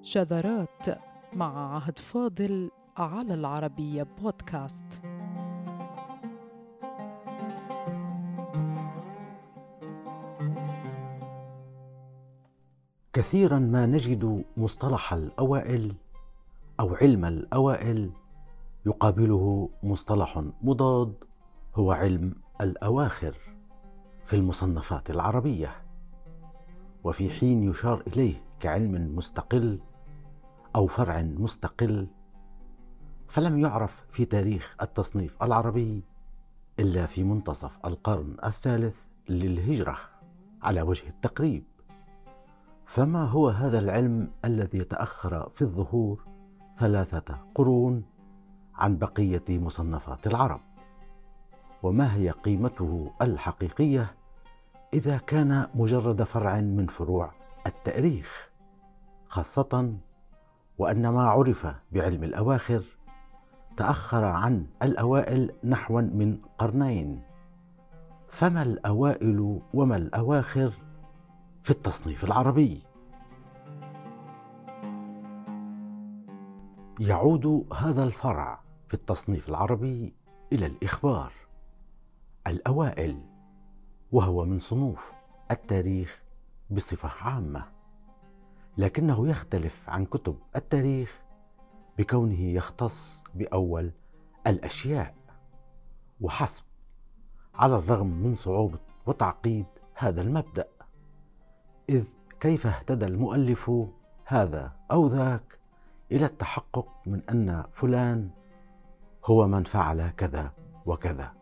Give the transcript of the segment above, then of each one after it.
شذرات مع عهد فاضل على العربية بودكاست. كثيرا ما نجد مصطلح الأوائل أو علم الأوائل يقابله مصطلح مضاد هو علم الأواخر في المصنفات العربية، وفي حين يشار إليه كعلم مستقل أو فرع مستقل، فلم يعرف في تاريخ التصنيف العربي إلا في منتصف القرن الثالث للهجرة على وجه التقريب. فما هو هذا العلم الذي تأخر في الظهور 3 قرون عن بقية مصنفات العرب؟ وما هي قيمته الحقيقية إذا كان مجرد فرع من فروع التاريخ، خاصة وأن ما عرف بعلم الأواخر تأخر عن الأوائل نحو من قرنين؟ فما الأوائل وما الأواخر في التصنيف العربي؟ يعود هذا الفرع في التصنيف العربي إلى الإخبار الأوائل، وهو من صنوف التاريخ بصفة عامة، لكنه يختلف عن كتب التاريخ بكونه يختص بأول الأشياء وحسب، على الرغم من صعوبة وتعقيد هذا المبدأ. إذ كيف اهتدى المؤلف هذا أو ذاك إلى التحقق من أن فلان هو من فعل كذا وكذا؟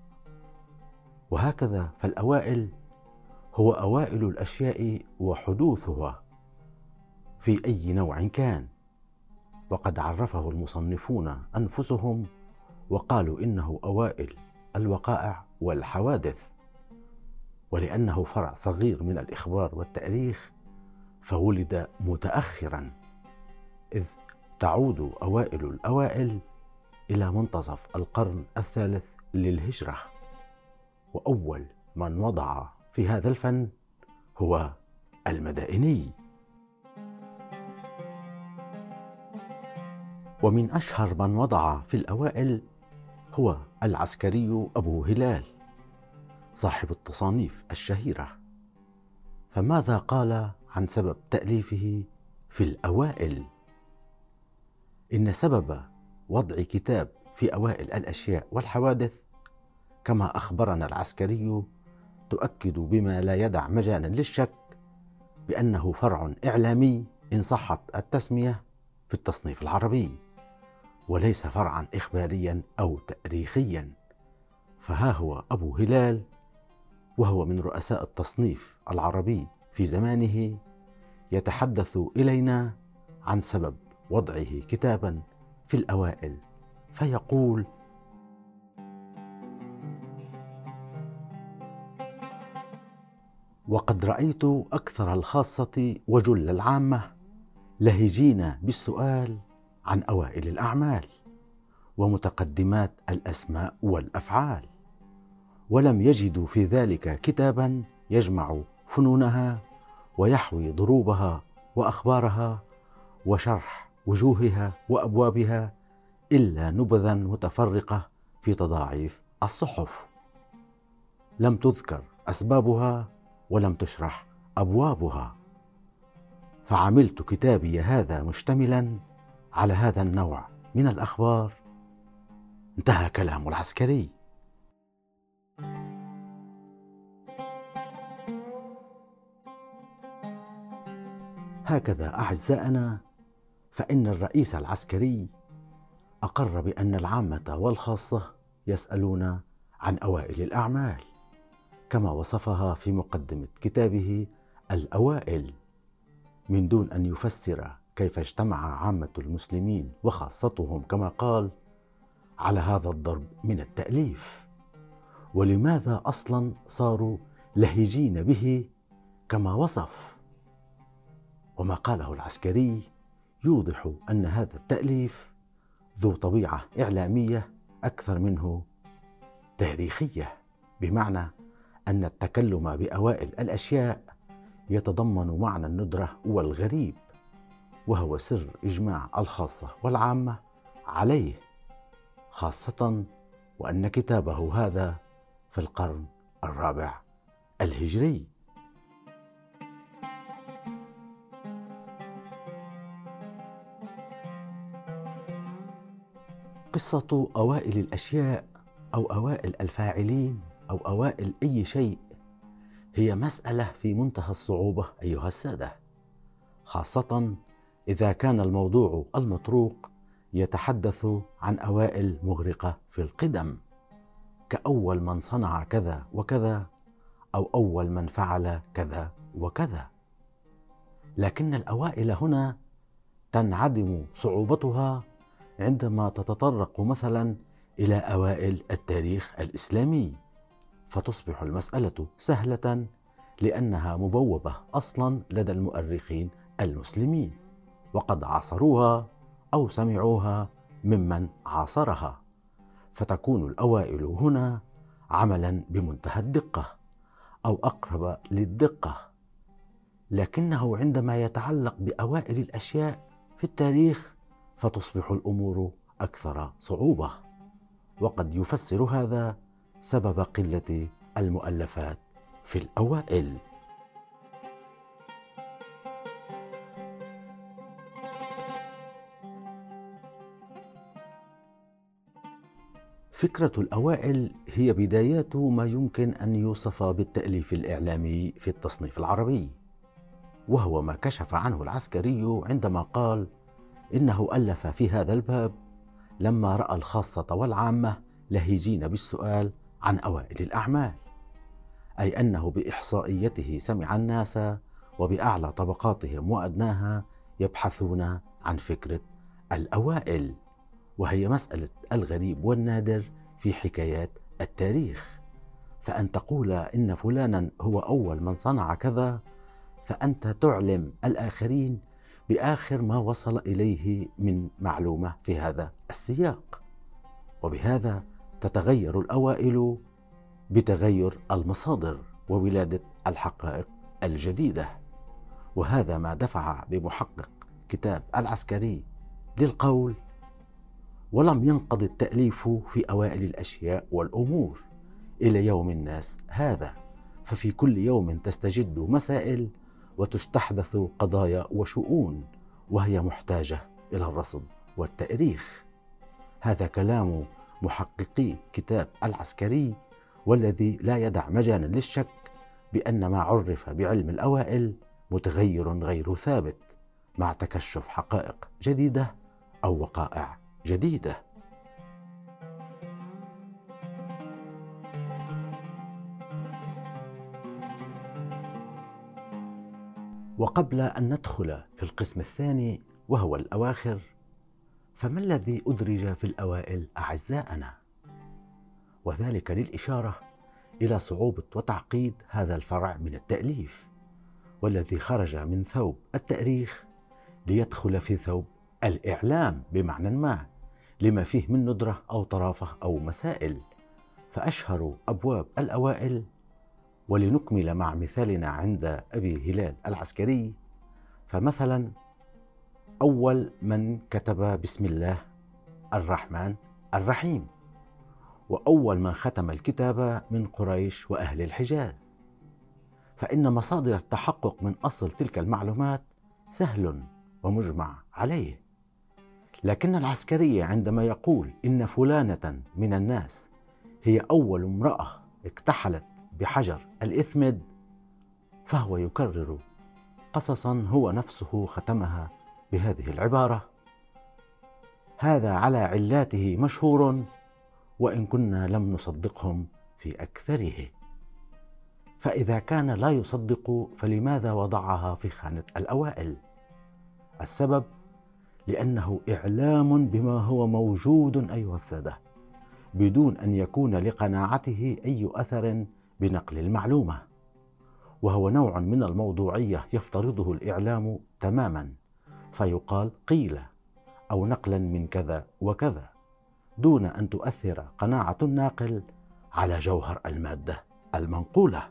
وهكذا فالأوائل هو أوائل الأشياء وحدوثها في أي نوع كان، وقد عرفه المصنفون أنفسهم وقالوا إنه أوائل الوقائع والحوادث. ولأنه فرع صغير من الإخبار والتاريخ فولد متأخرا، إذ تعود أوائل الأوائل إلى منتصف القرن الثالث للهجرة، وأول من وضع في هذا الفن هو المدائني. ومن أشهر من وضع في الأوائل هو العسكري أبو هلال صاحب التصانيف الشهيرة. فماذا قال عن سبب تأليفه في الأوائل؟ إن سبب وضع كتاب في أوائل الأشياء والحوادث كما أخبرنا العسكري تؤكد بما لا يدع مجالا للشك بأنه فرع إعلامي إن صحت التسمية في التصنيف العربي، وليس فرعا إخباريا أو تاريخيا. فها هو أبو هلال وهو من رؤساء التصنيف العربي في زمانه يتحدث إلينا عن سبب وضعه كتابا في الأوائل، فيقول: وقد رأيت أكثر الخاصة وجل العامة لهجين بالسؤال عن أوائل الأعمال ومتقدمات الأسماء والأفعال، ولم يجدوا في ذلك كتابا يجمع فنونها ويحوي ضروبها وأخبارها وشرح وجوهها وأبوابها إلا نبذا متفرقة في تضاعيف الصحف، لم تذكر أسبابها ولم تشرح أبوابها. فعملت كتابي هذا مشتملا على هذا النوع من الأخبار. انتهى كلام العسكري. هكذا أعزائنا، فإن الرئيس العسكري أقر بأن العامة والخاصة يسألون عن أوائل الأعمال كما وصفها في مقدمة كتابه الأوائل، من دون أن يفسر كيف اجتمع عامة المسلمين وخاصتهم كما قال على هذا الضرب من التأليف، ولماذا أصلا صاروا لهجين به كما وصف. وما قاله العسكري يوضح أن هذا التأليف ذو طبيعة إعلامية أكثر منه تاريخية، بمعنى أن التكلم بأوائل الأشياء يتضمن معنى الندرة والغريب، وهو سر إجماع الخاصة والعامة عليه، خاصة وأن كتابه هذا في القرن الرابع الهجري. قصة أوائل الأشياء أو أوائل الفاعلين أو أوائل أي شيء هي مسألة في منتهى الصعوبة أيها السادة، خاصة إذا كان الموضوع المطروق يتحدث عن أوائل مغرقة في القدم، كأول من صنع كذا وكذا أو أول من فعل كذا وكذا. لكن الأوائل هنا تنعدم صعوبتها عندما تتطرق مثلا إلى أوائل التاريخ الإسلامي، فتصبح المسألة سهلة لأنها مبوبة أصلا لدى المؤرخين المسلمين، وقد عاصروها أو سمعوها ممن عاصرها، فتكون الأوائل هنا عملا بمنتهى الدقة أو أقرب للدقة. لكنه عندما يتعلق بأوائل الأشياء في التاريخ فتصبح الأمور أكثر صعوبة، وقد يفسر هذا سبب قلة المؤلفات في الأوائل. فكرة الأوائل هي بدايات ما يمكن أن يوصف بالتأليف الإعلامي في التصنيف العربي، وهو ما كشف عنه العسكري عندما قال إنه ألف في هذا الباب لما رأى الخاصة والعامة لهجين بالسؤال عن أوائل الأعمال، أي أنه بإحصائيته سمع الناس وبأعلى طبقاتهم وأدناها يبحثون عن فكرة الأوائل، وهي مسألة الغريب والنادر في حكايات التاريخ. فأن تقول إن فلانا هو أول من صنع كذا، فأنت تعلم الآخرين بآخر ما وصل إليه من معلومة في هذا السياق، وبهذا تتغير الأوائل بتغير المصادر وولادة الحقائق الجديدة. وهذا ما دفع بمحقق كتاب العسكري للقول: ولم ينقض التأليف في أوائل الأشياء والأمور إلى يوم الناس هذا، ففي كل يوم تستجد مسائل وتستحدث قضايا وشؤون، وهي محتاجة إلى الرصد والتأريخ. هذا كلام محققي كتاب العسكري، والذي لا يدع مجالا للشك بأن ما عرف بعلم الأوائل متغير غير ثابت مع تكشف حقائق جديدة أو وقائع جديدة. وقبل أن ندخل في القسم الثاني وهو الأواخر، فما الذي أدرج في الأوائل أعزائنا؟ وذلك للإشارة إلى صعوبة وتعقيد هذا الفرع من التأليف، والذي خرج من ثوب التأريخ ليدخل في ثوب الإعلام بمعنى ما، لما فيه من ندرة أو طرافة أو مسائل. فأشهر أبواب الأوائل، ولنكمل مع مثالنا عند أبي هلال العسكري، فمثلا أول من كتب بسم الله الرحمن الرحيم، وأول من ختم الكتاب من قريش وأهل الحجاز، فإن مصادر التحقق من أصل تلك المعلومات سهل ومجمع عليه. لكن العسكري عندما يقول إن فلانة من الناس هي أول امرأة اكتحلت بحجر الإثمد، فهو يكرر قصصا هو نفسه ختمها بهذه العبارة: هذا على علاته مشهور وإن كنا لم نصدقهم في أكثره. فإذا كان لا يصدق فلماذا وضعها في خانة الأوائل؟ السبب لأنه إعلام بما هو موجود أيها السادة، بدون أن يكون لقناعته أي أثر بنقل المعلومة، وهو نوع من الموضوعية يفترضه الإعلام تماما، فيقال قيل أو نقلا من كذا وكذا، دون أن تؤثر قناعة الناقل على جوهر المادة المنقولة.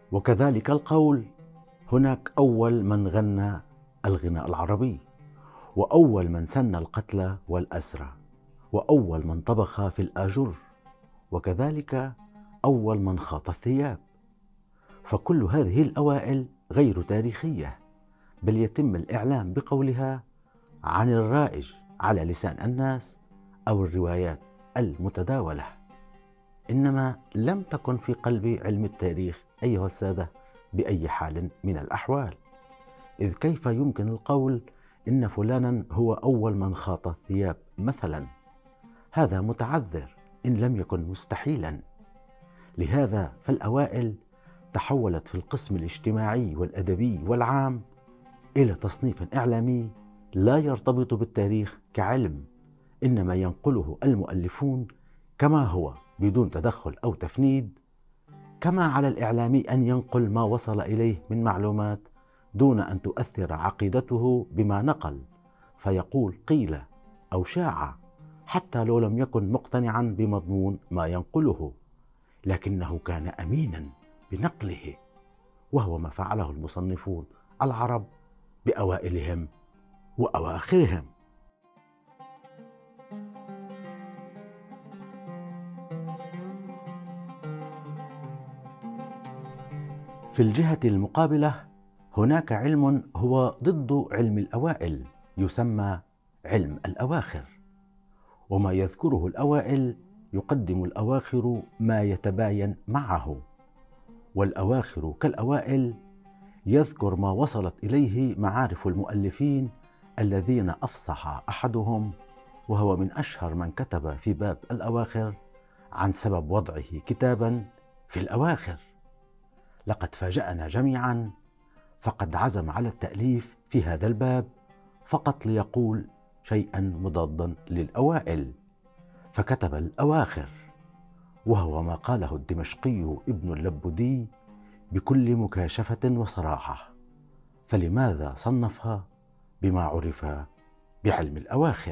وكذلك القول: هناك أول من غنى الغناء العربي، وأول من سن القتل والأسرى، وأول من طبخ في الآجر، وكذلك أول من خاط الثياب. فكل هذه الأوائل غير تاريخية، بل يتم الإعلام بقولها عن الرائج على لسان الناس أو الروايات المتداولة، إنما لم تكن في قلب علم التاريخ أيها السادة بأي حال من الأحوال. إذ كيف يمكن القول إن فلانا هو أول من خاط الثياب مثلا؟ هذا متعذر إن لم يكن مستحيلا. لهذا فالأوائل تحولت في القسم الاجتماعي والأدبي والعام إلى تصنيف إعلامي لا يرتبط بالتاريخ كعلم، إنما ينقله المؤلفون كما هو بدون تدخل أو تفنيد، كما على الإعلامي أن ينقل ما وصل إليه من معلومات دون أن تؤثر عقيدته بما نقل، فيقول قيل أو شاع حتى لو لم يكن مقتنعا بمضمون ما ينقله، لكنه كان أمينا بنقله، وهو ما فعله المصنفون العرب بأوائلهم وأواخرهم. في الجهة المقابلة هناك علم هو ضد علم الأوائل، يسمى علم الأواخر، وما يذكره الأوائل يقدم الأواخر ما يتباين معه، والأواخر كالأوائل يذكر ما وصلت إليه معارف المؤلفين الذين أفصح أحدهم، وهو من أشهر من كتب في باب الأواخر عن سبب وضعه كتابا في الأواخر. لقد فاجأنا جميعا، فقد عزم على التأليف في هذا الباب فقط ليقول شيئا مضادا للأوائل، فكتب الأواخر، وهو ما قاله الدمشقي ابن اللبودي بكل مكاشفة وصراحة. فلماذا صنفها بما عرف بعلم الأواخر؟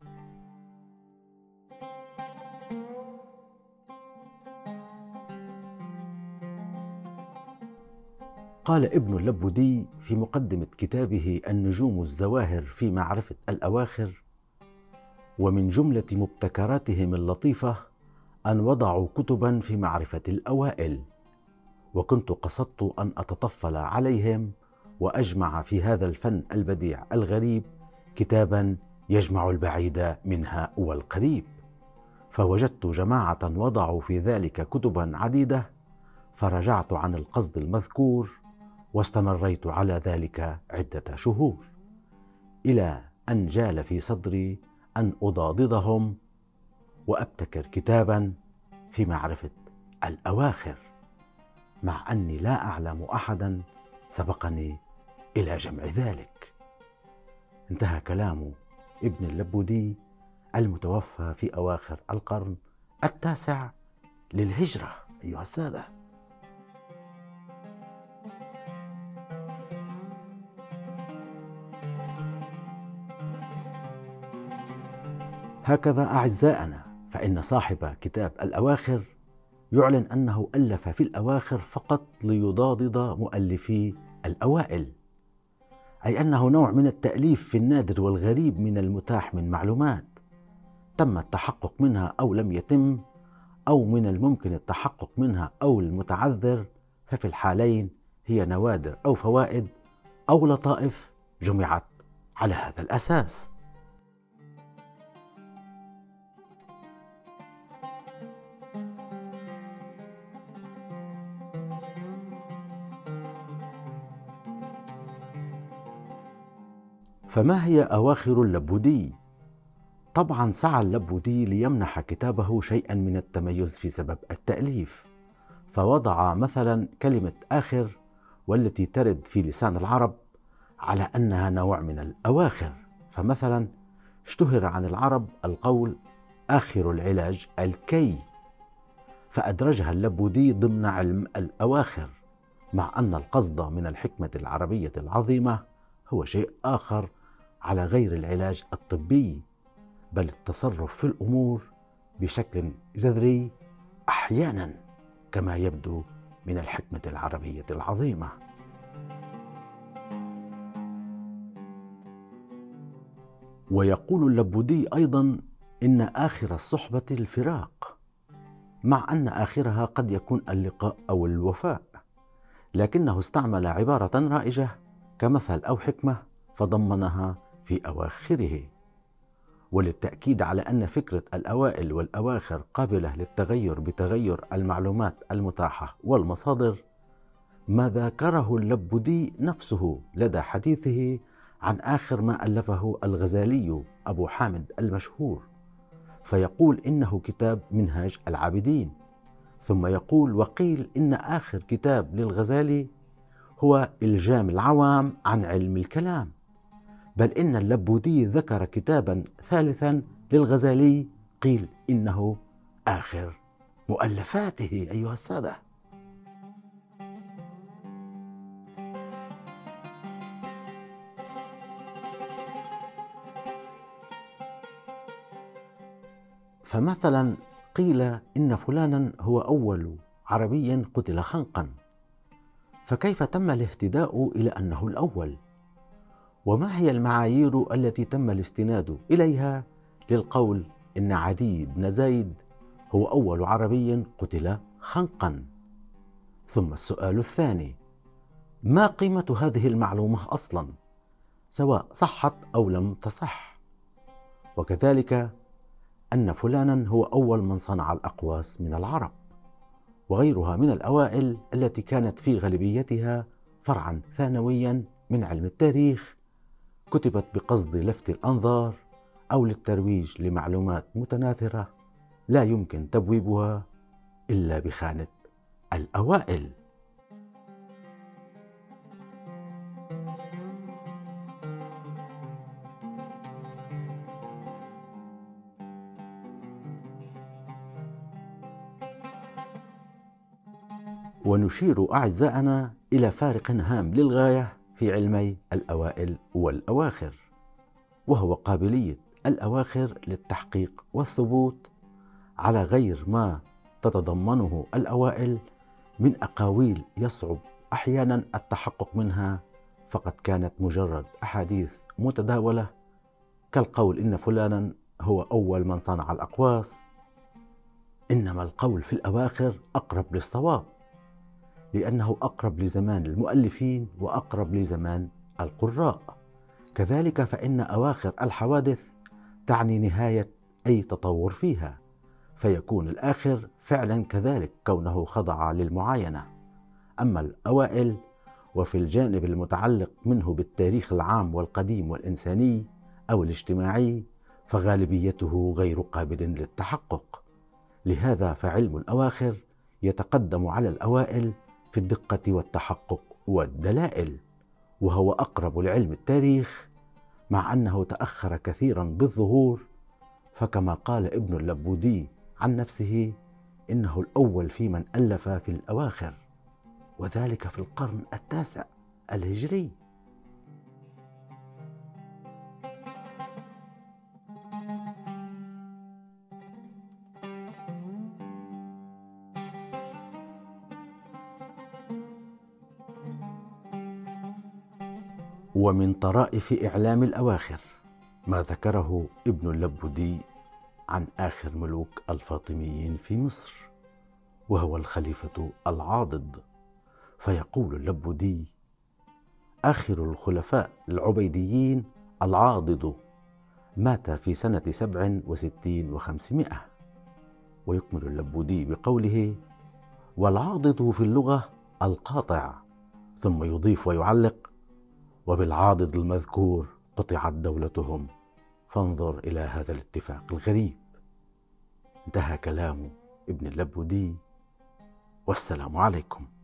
قال ابن اللبودي في مقدمة كتابه النجوم الزواهر في معرفة الأواخر: ومن جملة مبتكراتهم اللطيفة أن وضعوا كتبا في معرفة الأوائل، وكنت قصدت أن أتطفل عليهم وأجمع في هذا الفن البديع الغريب كتابا يجمع البعيد منها والقريب، فوجدت جماعة وضعوا في ذلك كتبا عديدة، فرجعت عن القصد المذكور واستمريت على ذلك عدة شهور، إلى أن جال في صدري أن أضاددهم وأبتكر كتابا في معرفة الأواخر، مع أني لا أعلم أحدا سبقني إلى جمع ذلك. انتهى كلام ابن اللبودي المتوفى في أواخر القرن 9 للهجرة أيها السادة. هكذا أعزائنا، فإن صاحب كتاب الأواخر يعلن أنه ألف في الأواخر فقط ليضادد مؤلفي الأوائل، أي أنه نوع من التأليف في النادر والغريب من المتاح من معلومات تم التحقق منها أو لم يتم، أو من الممكن التحقق منها أو المتعذر، ففي الحالين هي نوادر أو فوائد أو لطائف جمعت على هذا الأساس. فما هي أواخر اللبودي؟ طبعا سعى اللبودي ليمنح كتابه شيئا من التميز في سبب التأليف، فوضع مثلا كلمة آخر والتي ترد في لسان العرب على أنها نوع من الأواخر، فمثلا اشتهر عن العرب القول آخر العلاج الكي، فأدرجها اللبودي ضمن علم الأواخر، مع أن القصد من الحكمة العربية العظيمة هو شيء آخر على غير العلاج الطبي، بل التصرف في الأمور بشكل جذري أحيانا كما يبدو من الحكمة العربية العظيمة. ويقول اللبودي أيضا إن آخر الصحبة الفراق، مع أن آخرها قد يكون اللقاء أو الوفاء، لكنه استعمل عبارة رائجة كمثل أو حكمة فضمنها في أواخره. وللتأكيد على أن فكرة الأوائل والأواخر قابلة للتغير بتغير المعلومات المتاحة والمصادر، ما ذكره اللبودي نفسه لدى حديثه عن آخر ما ألفه الغزالي أبو حامد المشهور، فيقول إنه كتاب منهاج العابدين، ثم يقول وقيل إن آخر كتاب للغزالي هو إلجام العوام عن علم الكلام، بل إن اللبودي ذكر كتابا ثالثا للغزالي قيل إنه آخر مؤلفاته أيها السادة. فمثلا قيل إن فلانا هو أول عربي قتل خنقا، فكيف تم الاهتداء إلى أنه الأول؟ وما هي المعايير التي تم الاستناد إليها للقول إن عدي بن زيد هو أول عربي قتل خنقا؟ ثم السؤال الثاني، ما قيمة هذه المعلومة أصلا، سواء صحت أو لم تصح؟ وكذلك أن فلانا هو أول من صنع الأقواس من العرب، وغيرها من الأوائل التي كانت في غالبيتها فرعا ثانويا من علم التاريخ، كتبت بقصد لفت الأنظار أو للترويج لمعلومات متناثرة لا يمكن تبويبها إلا بخانة الأوائل. ونشير أعزائنا إلى فارق هام للغاية في علمي الأوائل والأواخر، وهو قابلية الأواخر للتحقيق والثبوت على غير ما تتضمنه الأوائل من أقاويل يصعب أحيانا التحقق منها، فقد كانت مجرد أحاديث متداولة، كالقول إن فلانا هو أول من صنع الأقواس. إنما القول في الأواخر أقرب للصواب، لأنه أقرب لزمان المؤلفين وأقرب لزمان القراء. كذلك فإن أواخر الحوادث تعني نهاية أي تطور فيها، فيكون الآخر فعلا كذلك كونه خضع للمعاينة. أما الأوائل وفي الجانب المتعلق منه بالتاريخ العام والقديم والإنساني أو الاجتماعي فغالبيته غير قابل للتحقق. لهذا فعلم الأواخر يتقدم على الأوائل في الدقة والتحقق والدلائل، وهو أقرب لعلم التاريخ، مع أنه تأخر كثيرا بالظهور، فكما قال ابن اللبودي عن نفسه إنه الأول في من ألف في الأواخر، وذلك في القرن التاسع الهجري. ومن طرائف إعلام الأواخر ما ذكره ابن اللبودي عن آخر ملوك الفاطميين في مصر، وهو الخليفة العاضد. فيقول اللبودي: آخر الخلفاء العبيديين العاضد، مات في سنة 67 و500. ويكمل اللبودي بقوله: والعاضد في اللغة القاطع، ثم يضيف ويعلق: وبالعاضد المذكور قطعت دولتهم، فانظر إلى هذا الاتفاق الغريب. انتهى كلام ابن اللبودي، والسلام عليكم.